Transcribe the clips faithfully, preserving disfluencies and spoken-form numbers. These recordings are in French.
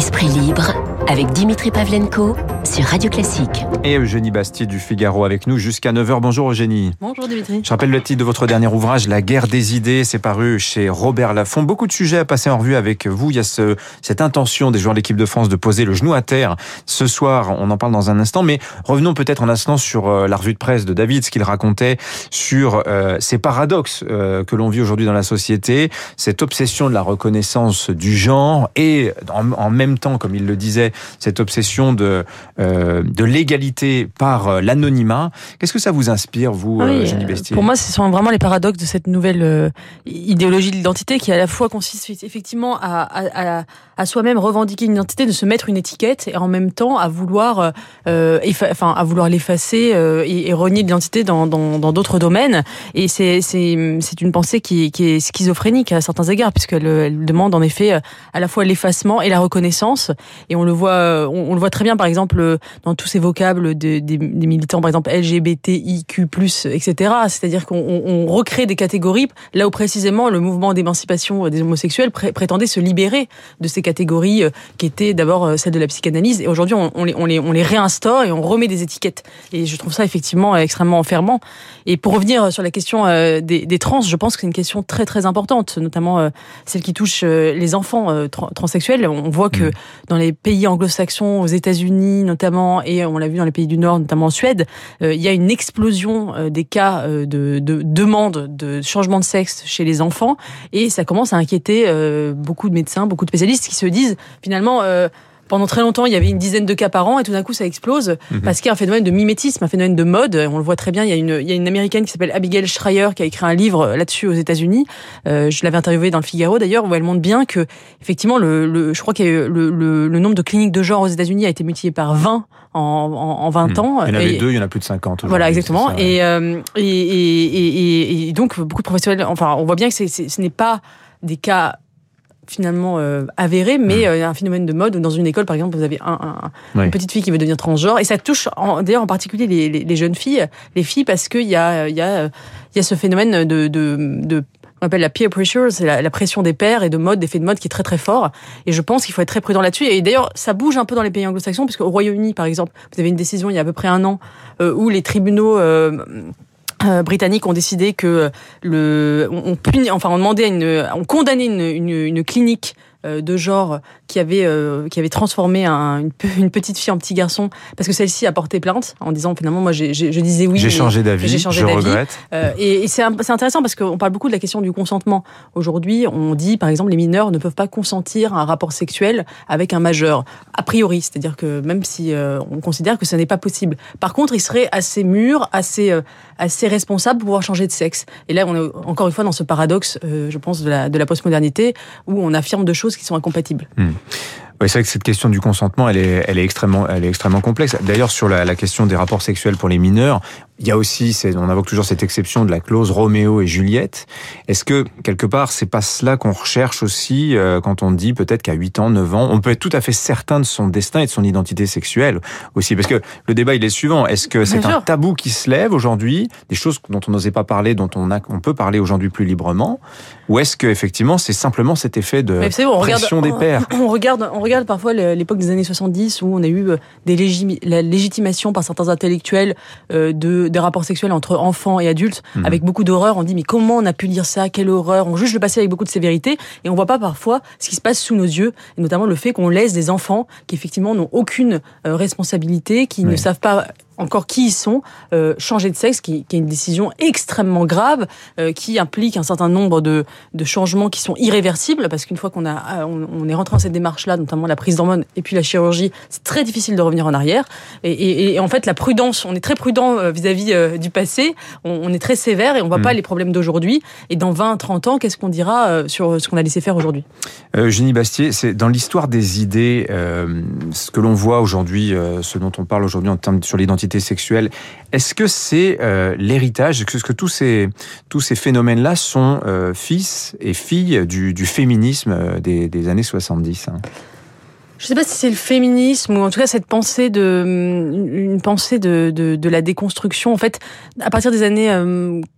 Esprit libre avec Dimitri Pavlenko sur Radio Classique. Et Eugénie Bastier du Figaro avec nous jusqu'à neuf heures. Bonjour Eugénie. Bonjour Dimitri. Je rappelle le titre de votre dernier ouvrage, La guerre des idées. C'est paru chez Robert Laffont. Beaucoup de sujets à passer en revue avec vous. Il y a ce, cette intention des joueurs de l'équipe de France de poser le genou à terre ce soir. On en parle dans un instant. Mais revenons peut-être un instant sur euh, la revue de presse de David, ce qu'il racontait sur euh, ces paradoxes euh, que l'on vit aujourd'hui dans la société. Cette obsession de la reconnaissance du genre et en, en même temps, comme il le disait, cette obsession de, euh, de l'égalité par euh, l'anonymat. Qu'est-ce que ça vous inspire, vous, oui, euh, Eugénie Bastier ? Pour moi, ce sont vraiment les paradoxes de cette nouvelle euh, idéologie de l'identité qui à la fois consiste effectivement à, à, à, à soi-même revendiquer une identité, de se mettre une étiquette et en même temps à vouloir, euh, effa- enfin, à vouloir l'effacer euh, et, et renier l'identité dans, dans, dans d'autres domaines. Et c'est, c'est, c'est une pensée qui, qui est schizophrénique à certains égards, puisqu'elle elle demande en effet à la fois l'effacement et la reconnaissance. Et on le voit, on, on le voit très bien, par exemple, dans tous ces vocables de, des, des militants, par exemple L G B T I Q plus, et cetera. C'est-à-dire qu'on on, on recrée des catégories là où précisément le mouvement d'émancipation des homosexuels pré- prétendait se libérer de ces catégories qui étaient d'abord celles de la psychanalyse. Et aujourd'hui, on, on, les, on, les, on les réinstaure et on remet des étiquettes. Et je trouve ça effectivement extrêmement enfermant. Et pour revenir sur la question des, des trans, je pense que c'est une question très très importante, notamment celle qui touche les enfants transsexuels. On voit que mmh. dans les pays anglo-saxons, aux États-Unis notamment, et on l'a vu dans les pays du Nord, notamment en Suède, euh, il y a une explosion euh, des cas euh, de, de demande de changement de sexe chez les enfants, et ça commence à inquiéter euh, beaucoup de médecins, beaucoup de spécialistes qui se disent finalement... Euh, Pendant très longtemps, il y avait une dizaine de cas par an et tout d'un coup, ça explose mmh. parce qu'il y a un phénomène de mimétisme, un phénomène de mode. On le voit très bien. Il y a une, il y a une américaine qui s'appelle Abigail Shrier qui a écrit un livre là-dessus aux États-Unis. Euh, je l'avais interviewée dans le Figaro d'ailleurs, où elle montre bien que, effectivement, le, le, je crois que le, le, le nombre de cliniques de genre aux États-Unis a été multiplié par vingt en, en, en vingt mmh. ans. Il y en avait et, deux, il y en a plus de cinquante. Voilà, exactement. Ça, ouais. et, euh, et, et, et, et donc, beaucoup de professionnels, enfin, on voit bien que c'est, c'est, ce n'est pas des cas finalement euh, avéré, mais euh, il y a un phénomène de mode où dans une école, par exemple, vous avez un, un, oui. une petite fille qui veut devenir transgenre, et ça touche en, d'ailleurs en particulier les, les, les jeunes filles, les filles, parce qu'il y a, il y a, il y a ce phénomène de, de, de on appelle la peer pressure, c'est la, la pression des pairs et de mode, d'effet de mode qui est très très fort. Et je pense qu'il faut être très prudent là-dessus. Et d'ailleurs, ça bouge un peu dans les pays anglo-saxons, puisque au Royaume-Uni, par exemple, vous avez une décision il y a à peu près un an euh, où les tribunaux euh, Euh, britanniques ont décidé que le, on, on punit, enfin on demandait, une, on condamnait une, une, une clinique euh, de genre qui avait euh, qui avait transformé un, une, une petite fille en petit garçon parce que celle-ci a porté plainte en disant finalement moi j'ai, j'ai, je disais oui. J'ai changé d'avis. J'ai changé je d'avis. regrette. Euh, et et c'est, c'est intéressant parce qu'on parle beaucoup de la question du consentement. Aujourd'hui, on dit par exemple les mineurs ne peuvent pas consentir à un rapport sexuel avec un majeur a priori, c'est-à-dire que même si euh, on considère que ce n'est pas possible. Par contre, ils seraient assez mûrs, assez euh, assez responsables pour pouvoir changer de sexe. Et là, on est encore une fois dans ce paradoxe, euh, je pense, de la de la postmodernité où on affirme deux choses qui sont incompatibles. Mmh. Oui, c'est vrai que cette question du consentement, elle est, elle est extrêmement, elle est extrêmement complexe. D'ailleurs, sur la, la question des rapports sexuels pour les mineurs, il y a aussi, c'est, on invoque toujours cette exception de la clause Roméo et Juliette. Est-ce que, quelque part, c'est pas cela qu'on recherche aussi euh, quand on dit peut-être qu'à huit ans, neuf ans, on peut être tout à fait certain de son destin et de son identité sexuelle aussi? Parce que le débat, il est suivant. Est-ce que c'est un tabou qui se lève aujourd'hui, des choses dont on n'osait pas parler, dont on, a, on peut parler aujourd'hui plus librement? Ou est-ce que, effectivement, c'est simplement cet effet de bon, pression regarde, des pairs? On, on regarde, on regarde parfois l'époque des années soixante-dix où on a eu des légimi- la légitimation par certains intellectuels euh, de, des rapports sexuels entre enfants et adultes, mmh. avec beaucoup d'horreur. On dit mais comment on a pu lire ça? Quelle horreur! On juge le passé avec beaucoup de sévérité et on voit pas parfois ce qui se passe sous nos yeux, et notamment le fait qu'on laisse des enfants qui effectivement n'ont aucune euh, responsabilité, qui oui. ne savent pas encore qui ils sont, euh, changer de sexe, qui, qui est une décision extrêmement grave, euh, qui implique un certain nombre de, de changements qui sont irréversibles, parce qu'une fois qu'on a, on, on est rentré dans cette démarche-là, notamment la prise d'hormones et puis la chirurgie, c'est très difficile de revenir en arrière. Et, et, et en fait, la prudence, on est très prudent vis-à-vis euh, du passé, on, on est très sévère et on voit mmh. pas les problèmes d'aujourd'hui. Et dans vingt, trente ans, qu'est-ce qu'on dira euh, sur ce qu'on a laissé faire aujourd'hui? euh, Eugénie Bastier, c'est dans l'histoire des idées, euh, ce que l'on voit aujourd'hui, euh, ce dont on parle aujourd'hui en termes sur l'identité sexuelle. Est-ce que c'est euh, l'héritage, est-ce que tous ces, tous ces phénomènes-là sont euh, fils et filles du, du féminisme des, des années soixante-dix, hein? Je ne sais pas si c'est le féminisme ou en tout cas cette pensée de une pensée de de, de la déconstruction. En fait, à partir des années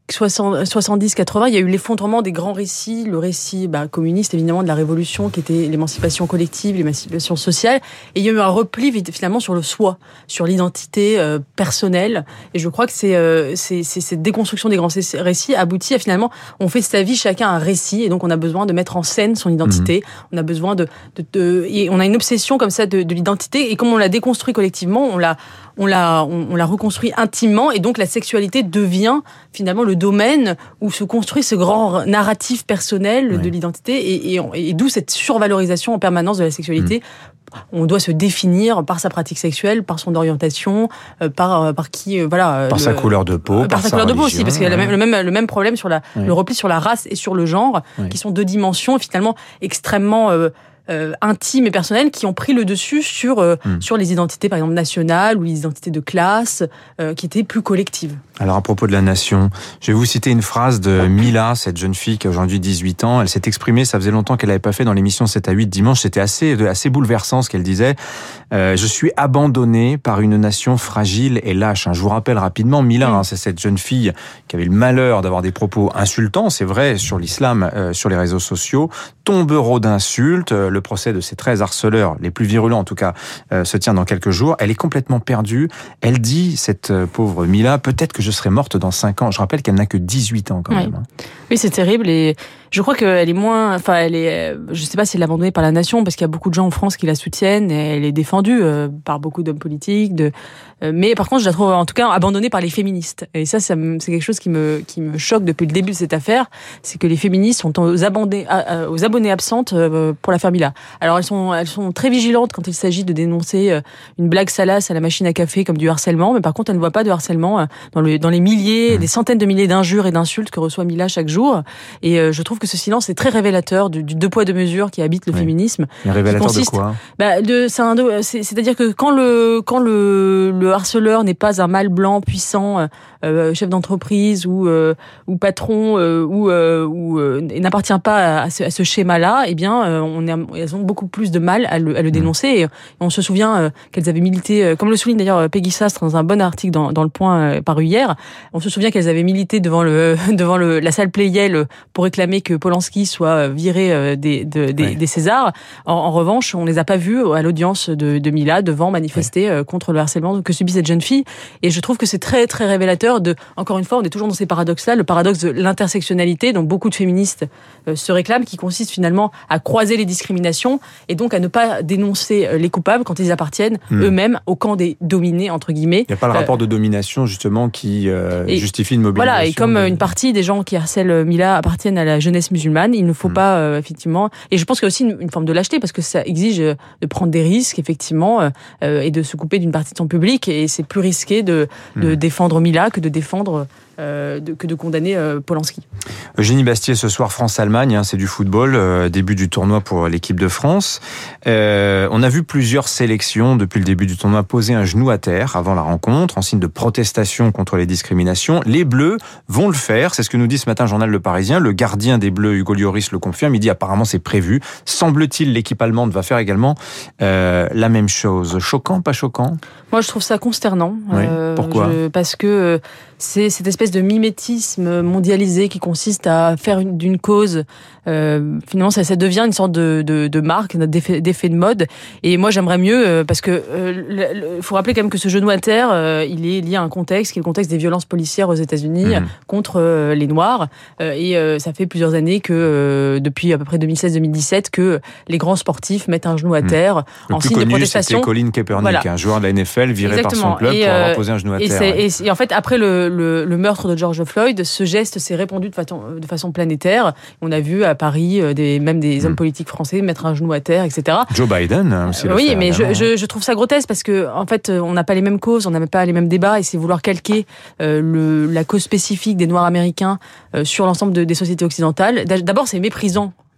soixante-dix quatre-vingts, il y a eu l'effondrement des grands récits, le récit bah, communiste évidemment de la révolution qui était l'émancipation collective, l'émancipation sociale, et il y a eu un repli finalement sur le soi, sur l'identité euh, personnelle, et je crois que c'est, euh, c'est, c'est cette déconstruction des grands récits aboutit à finalement, on fait de sa vie chacun un récit, et donc on a besoin de mettre en scène son identité, mmh. on a besoin de, de, de, et on a une obsession comme ça de, de l'identité, et comme on l'a déconstruit collectivement, on l'a On l'a, on, on l'a reconstruit intimement, et donc la sexualité devient finalement le domaine où se construit ce grand narratif personnel oui. de l'identité, et, et, et d'où cette survalorisation en permanence de la sexualité. Mmh. On doit se définir par sa pratique sexuelle, par son orientation, euh, par par qui, euh, voilà, par le, sa couleur de peau, euh, par, par sa, sa couleur religion, de peau aussi, parce qu'il y a le même le même le même problème sur la oui. le repli sur la race et sur le genre, oui. qui sont deux dimensions finalement extrêmement euh, Euh, intimes et personnelles qui ont pris le dessus sur euh, mmh. sur les identités par exemple nationales ou les identités de classe euh, qui étaient plus collectives. Alors à propos de la nation, je vais vous citer une phrase de Mila, cette jeune fille qui a aujourd'hui dix-huit ans. Elle s'est exprimée, ça faisait longtemps qu'elle n'avait pas fait dans l'émission sept à huit dimanche. C'était assez assez bouleversant ce qu'elle disait. Euh, je suis abandonnée par une nation fragile et lâche. Je vous rappelle rapidement, Mila, mmh. hein, c'est cette jeune fille qui avait le malheur d'avoir des propos insultants, c'est vrai, sur l'islam, euh, sur les réseaux sociaux, tombereau d'insultes. Le procès de ces treize harceleurs, les plus virulents en tout cas, euh, se tient dans quelques jours. Elle est complètement perdue. Elle dit, cette euh, pauvre Mila, peut-être que je serai morte dans cinq ans. Je rappelle qu'elle n'a que dix-huit ans quand oui. même. Hein. Oui, c'est terrible, et je crois qu'elle est moins, enfin, elle est, je sais pas si elle est abandonnée par la nation, parce qu'il y a beaucoup de gens en France qui la soutiennent, et elle est défendue euh, par beaucoup d'hommes politiques, de, euh, mais par contre, je la trouve en tout cas abandonnée par les féministes. Et ça, ça c'est quelque chose qui me, qui me choque depuis le début de cette affaire, c'est que les féministes sont aux abonnés, aux abonnés absentes pour l'affaire Mila. Alors elles sont, elles sont très vigilantes quand il s'agit de dénoncer une blague salace à la machine à café comme du harcèlement, mais par contre elles ne voient pas de harcèlement dans, le, dans les milliers, mmh. des centaines de milliers d'injures et d'insultes que reçoit Mila chaque jour. Et euh, je trouve que ce silence est très révélateur du, du deux poids deux mesures qui habite le oui. féminisme. Et révélateur consiste, de quoi bah, de, c'est, un, c'est, c'est-à-dire que quand le quand le, le harceleur n'est pas un mâle blanc puissant, euh, chef d'entreprise ou euh, ou patron euh, ou euh, ou euh, n'appartient pas à ce, à ce schéma-là, eh bien euh, on est, elles ont beaucoup plus de mal à le, à le dénoncer. Et, et on se souvient euh, qu'elles avaient milité, euh, comme le souligne d'ailleurs Peggy Sastre dans un bon article dans, dans le Point euh, paru hier. On se souvient qu'elles avaient milité devant le devant le, la salle Playel pour réclamer que Polanski soit viré des de, des, oui. des Césars. En, en revanche, on les a pas vus à l'audience de, de Mila devant manifester oui. contre le harcèlement que subit cette jeune fille. Et je trouve que c'est très très révélateur de, encore une fois, on est toujours dans ces paradoxes-là, le paradoxe de l'intersectionnalité dont beaucoup de féministes euh, se réclament, qui consiste finalement à croiser les discriminations et donc à ne pas dénoncer les coupables quand ils appartiennent mmh. eux-mêmes au camp des dominés, entre guillemets. Il n'y a pas le rapport euh, de domination justement qui euh, et, justifie une mobilisation. Voilà, et comme de... une partie des gens qui harcèlent Mila appartiennent à la jeunesse musulmane, il ne faut mmh. pas euh, effectivement, et je pense qu'il y a aussi une, une forme de lâcheté parce que ça exige de prendre des risques effectivement euh, et de se couper d'une partie de son public, et c'est plus risqué de, de mmh. défendre Mila que de défendre Euh, de, que de condamner euh, Polanski. Eugénie Bastier, ce soir France-Allemagne, hein, c'est du football, euh, début du tournoi pour l'équipe de France. Euh, on a vu plusieurs sélections depuis le début du tournoi poser un genou à terre avant la rencontre, en signe de protestation contre les discriminations. Les Bleus vont le faire, c'est ce que nous dit ce matin le journal Le Parisien. Le gardien des Bleus, Hugo Lloris, le confirme. Il dit apparemment c'est prévu. Semble-t-il, l'équipe allemande va faire également euh, la même chose. Choquant, pas choquant ? Moi, je trouve ça consternant. Oui. Euh, Pourquoi ? je, Parce que c'est cette espèce de mimétisme mondialisé qui consiste à faire une, d'une cause. Euh, finalement, ça, ça devient une sorte de, de, de marque, d'effet, d'effet de mode. Et moi, j'aimerais mieux, euh, parce que euh, il faut rappeler quand même que ce genou à terre, euh, il est lié à un contexte qui est le contexte des violences policières aux États-Unis mmh. contre euh, les Noirs. Euh, et euh, ça fait plusieurs années que, euh, depuis à peu près deux mille seize deux mille dix-sept, que les grands sportifs mettent un genou à terre mmh. en signe connu, de protestation. C'était Colin Kaepernick, voilà. un joueur de la N F L viré Exactement. par son club et, pour euh, avoir posé un genou à et terre. C'est, ouais. et, et en fait, après le, le, le meurtre de George Floyd, ce geste s'est répandu de façon, de façon planétaire. On a vu à Paris des, même des mmh. hommes politiques français mettre un genou à terre, et cetera. Joe Biden aussi. Euh, oui, fait, mais je, je, hein. je trouve ça grotesque parce que en fait, on n'a pas les mêmes causes, on n'a pas les mêmes débats, et c'est vouloir calquer euh, le, la cause spécifique des Noirs américains euh, sur l'ensemble de, des sociétés occidentales. D'abord, c'est méprisant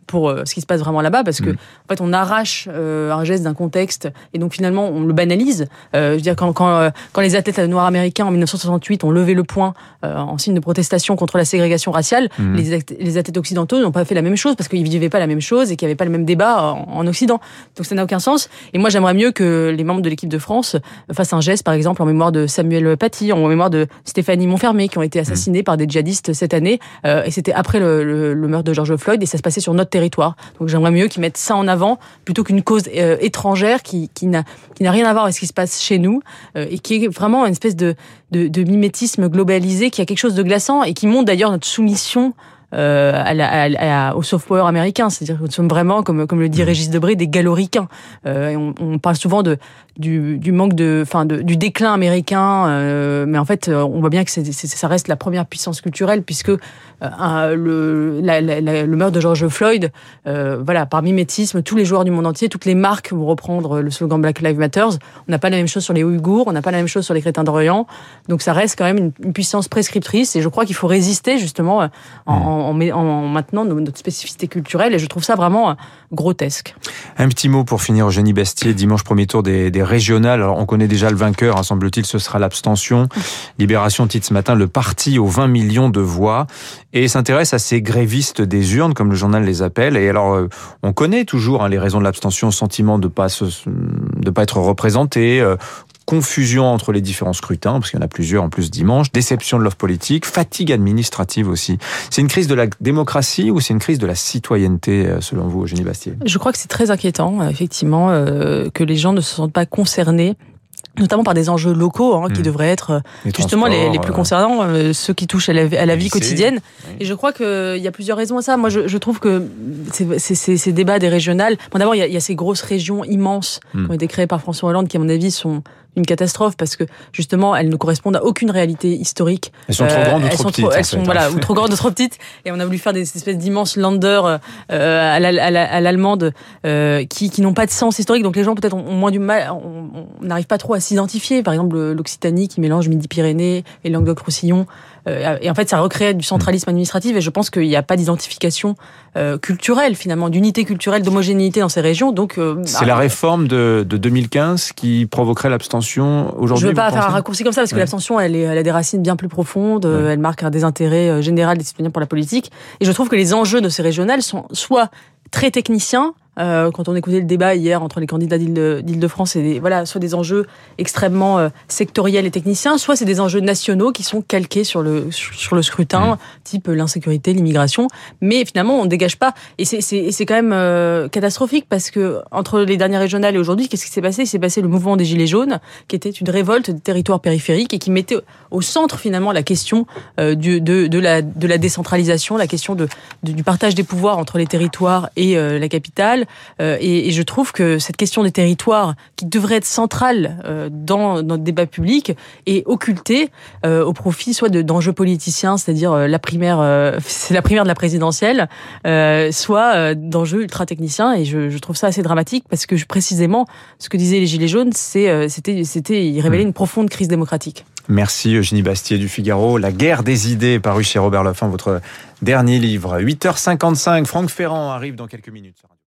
pour euh, ce qui se passe vraiment là-bas, parce que mmh. en fait, on arrache euh, un geste d'un contexte et donc finalement on le banalise. Euh, je veux dire, quand quand euh, quand les athlètes noirs américains en dix-neuf cent soixante-huit ont levé le poing euh, en signe de protestation contre la ségrégation raciale, mmh. les, les athlètes occidentaux n'ont pas fait la même chose parce qu'ils vivaient pas la même chose et qu'il n'y avait pas le même débat en, en Occident. Donc ça n'a aucun sens. Et moi, j'aimerais mieux que les membres de l'équipe de France fassent un geste, par exemple, en mémoire de Samuel Paty, en mémoire de Stéphanie Montfermé, qui ont été assassinés mmh. par des djihadistes cette année. Euh, et c'était après le, le, le meurtre de George Floyd, et ça se passait sur notre territoire. Donc j'aimerais mieux qu'ils mettent ça en avant plutôt qu'une cause euh, étrangère qui, qui n'a, qui n'a rien à voir avec ce qui se passe chez nous euh, et qui est vraiment une espèce de, de, de mimétisme globalisé qui a quelque chose de glaçant et qui montre d'ailleurs notre soumission Euh, à la, à, à, au soft power américain, c'est-à-dire que nous sommes vraiment, comme, comme le dit Régis Debray, des galoricains. Euh, et on, on parle souvent de, du, du manque de, enfin, de, du déclin américain, euh, mais en fait, on voit bien que c'est, c'est, ça reste la première puissance culturelle, puisque euh, le, la, la, le meurtre de George Floyd, euh, voilà, par mimétisme, tous les joueurs du monde entier, toutes les marques vont reprendre le slogan Black Lives Matter. On n'a pas la même chose sur les Ouïghours, on n'a pas la même chose sur les chrétiens d'Orient, donc ça reste quand même une, une puissance prescriptrice, et je crois qu'il faut résister justement en, en En, en maintenant notre spécificité culturelle, et je trouve ça vraiment grotesque. Un petit mot pour finir, Eugénie Bastier, dimanche premier tour des, des régionales. Alors on connaît déjà le vainqueur, hein, semble-t-il, ce sera l'abstention. Libération titre ce matin le parti aux vingt millions de voix et s'intéresse à ces grévistes des urnes, comme le journal les appelle. Et alors euh, on connaît toujours hein, les raisons de l'abstention, sentiment de pas se, de pas être représenté. Euh, Confusion entre les différents scrutins, parce qu'il y en a plusieurs en plus dimanche, déception de l'offre politique, fatigue administrative aussi. C'est une crise de la démocratie ou c'est une crise de la citoyenneté, selon vous, Eugénie Bastier ? Je crois que c'est très inquiétant, effectivement, euh, que les gens ne se sentent pas concernés, notamment par des enjeux locaux hein, qui mmh. devraient être les justement les, les plus concernants, euh, ceux qui touchent à la, à la vie quotidienne. Oui. Et je crois qu'il y a plusieurs raisons à ça. Moi, je, je trouve que c'est, c'est, c'est, ces débats des régionales... Bon, d'abord, il y, a, il y a ces grosses régions immenses mmh. qui ont été créées par François Hollande, qui, à mon avis, sont une catastrophe parce que justement elles ne correspondent à aucune réalité historique. Elles sont trop grandes euh, ou trop sont petites. Trop, elles fait, sont hein. voilà ou trop grandes ou trop petites. Et on a voulu faire des espèces d'immenses landers euh, à, la, à, la, à l'allemande euh, qui, qui n'ont pas de sens historique. Donc les gens peut-être ont, ont moins du mal, on n'arrive pas trop à s'identifier. Par exemple l'Occitanie qui mélange Midi-Pyrénées et Languedoc-Roussillon. Euh, et en fait ça recrée du centralisme administratif. Et je pense qu'il n'y a pas d'identification euh, culturelle finalement, d'unité culturelle, d'homogénéité dans ces régions. Donc euh, c'est bah, la réforme de, de deux mille quinze qui provoquerait l'abstention aujourd'hui. Je ne veux pas faire un raccourci comme ça parce que ouais. l'abstention, elle, est, elle a des racines bien plus profondes. Ouais. Elle marque un désintérêt général des citoyens pour la politique. Et je trouve que les enjeux de ces régionales sont soit très techniciens. Euh, quand on écoutait le débat hier entre les candidats d'Île- d'Île-de-France, et des, voilà, soit des enjeux extrêmement euh, sectoriels et techniciens, soit c'est des enjeux nationaux qui sont calqués sur le sur le scrutin, mmh. type l'insécurité, l'immigration. Mais finalement, on ne dégage pas. Et c'est c'est c'est quand même euh, catastrophique parce que entre les dernières régionales et aujourd'hui, qu'est-ce qui s'est passé ? Il s'est passé le mouvement des Gilets jaunes, qui était une révolte des territoires périphériques et qui mettait au centre finalement la question euh, du, de de la de la décentralisation, la question de, de du partage des pouvoirs entre les territoires et euh, la capitale. Euh, et, et je trouve que cette question des territoires, qui devrait être centrale euh, dans, dans le débat public, est occultée euh, au profit soit de, d'enjeux politiciens, c'est-à-dire euh, la primaire, euh, c'est la primaire de la présidentielle, euh, soit euh, d'enjeux ultra techniciens. Et je, je trouve ça assez dramatique parce que précisément, ce que disaient les Gilets jaunes, c'est, euh, c'était, c'était, il révélait une profonde crise démocratique. Merci Eugénie Bastier du Figaro. La guerre des idées, paru chez Robert Laffin, votre dernier livre. huit heures cinquante-cinq, Franck Ferrand arrive dans quelques minutes.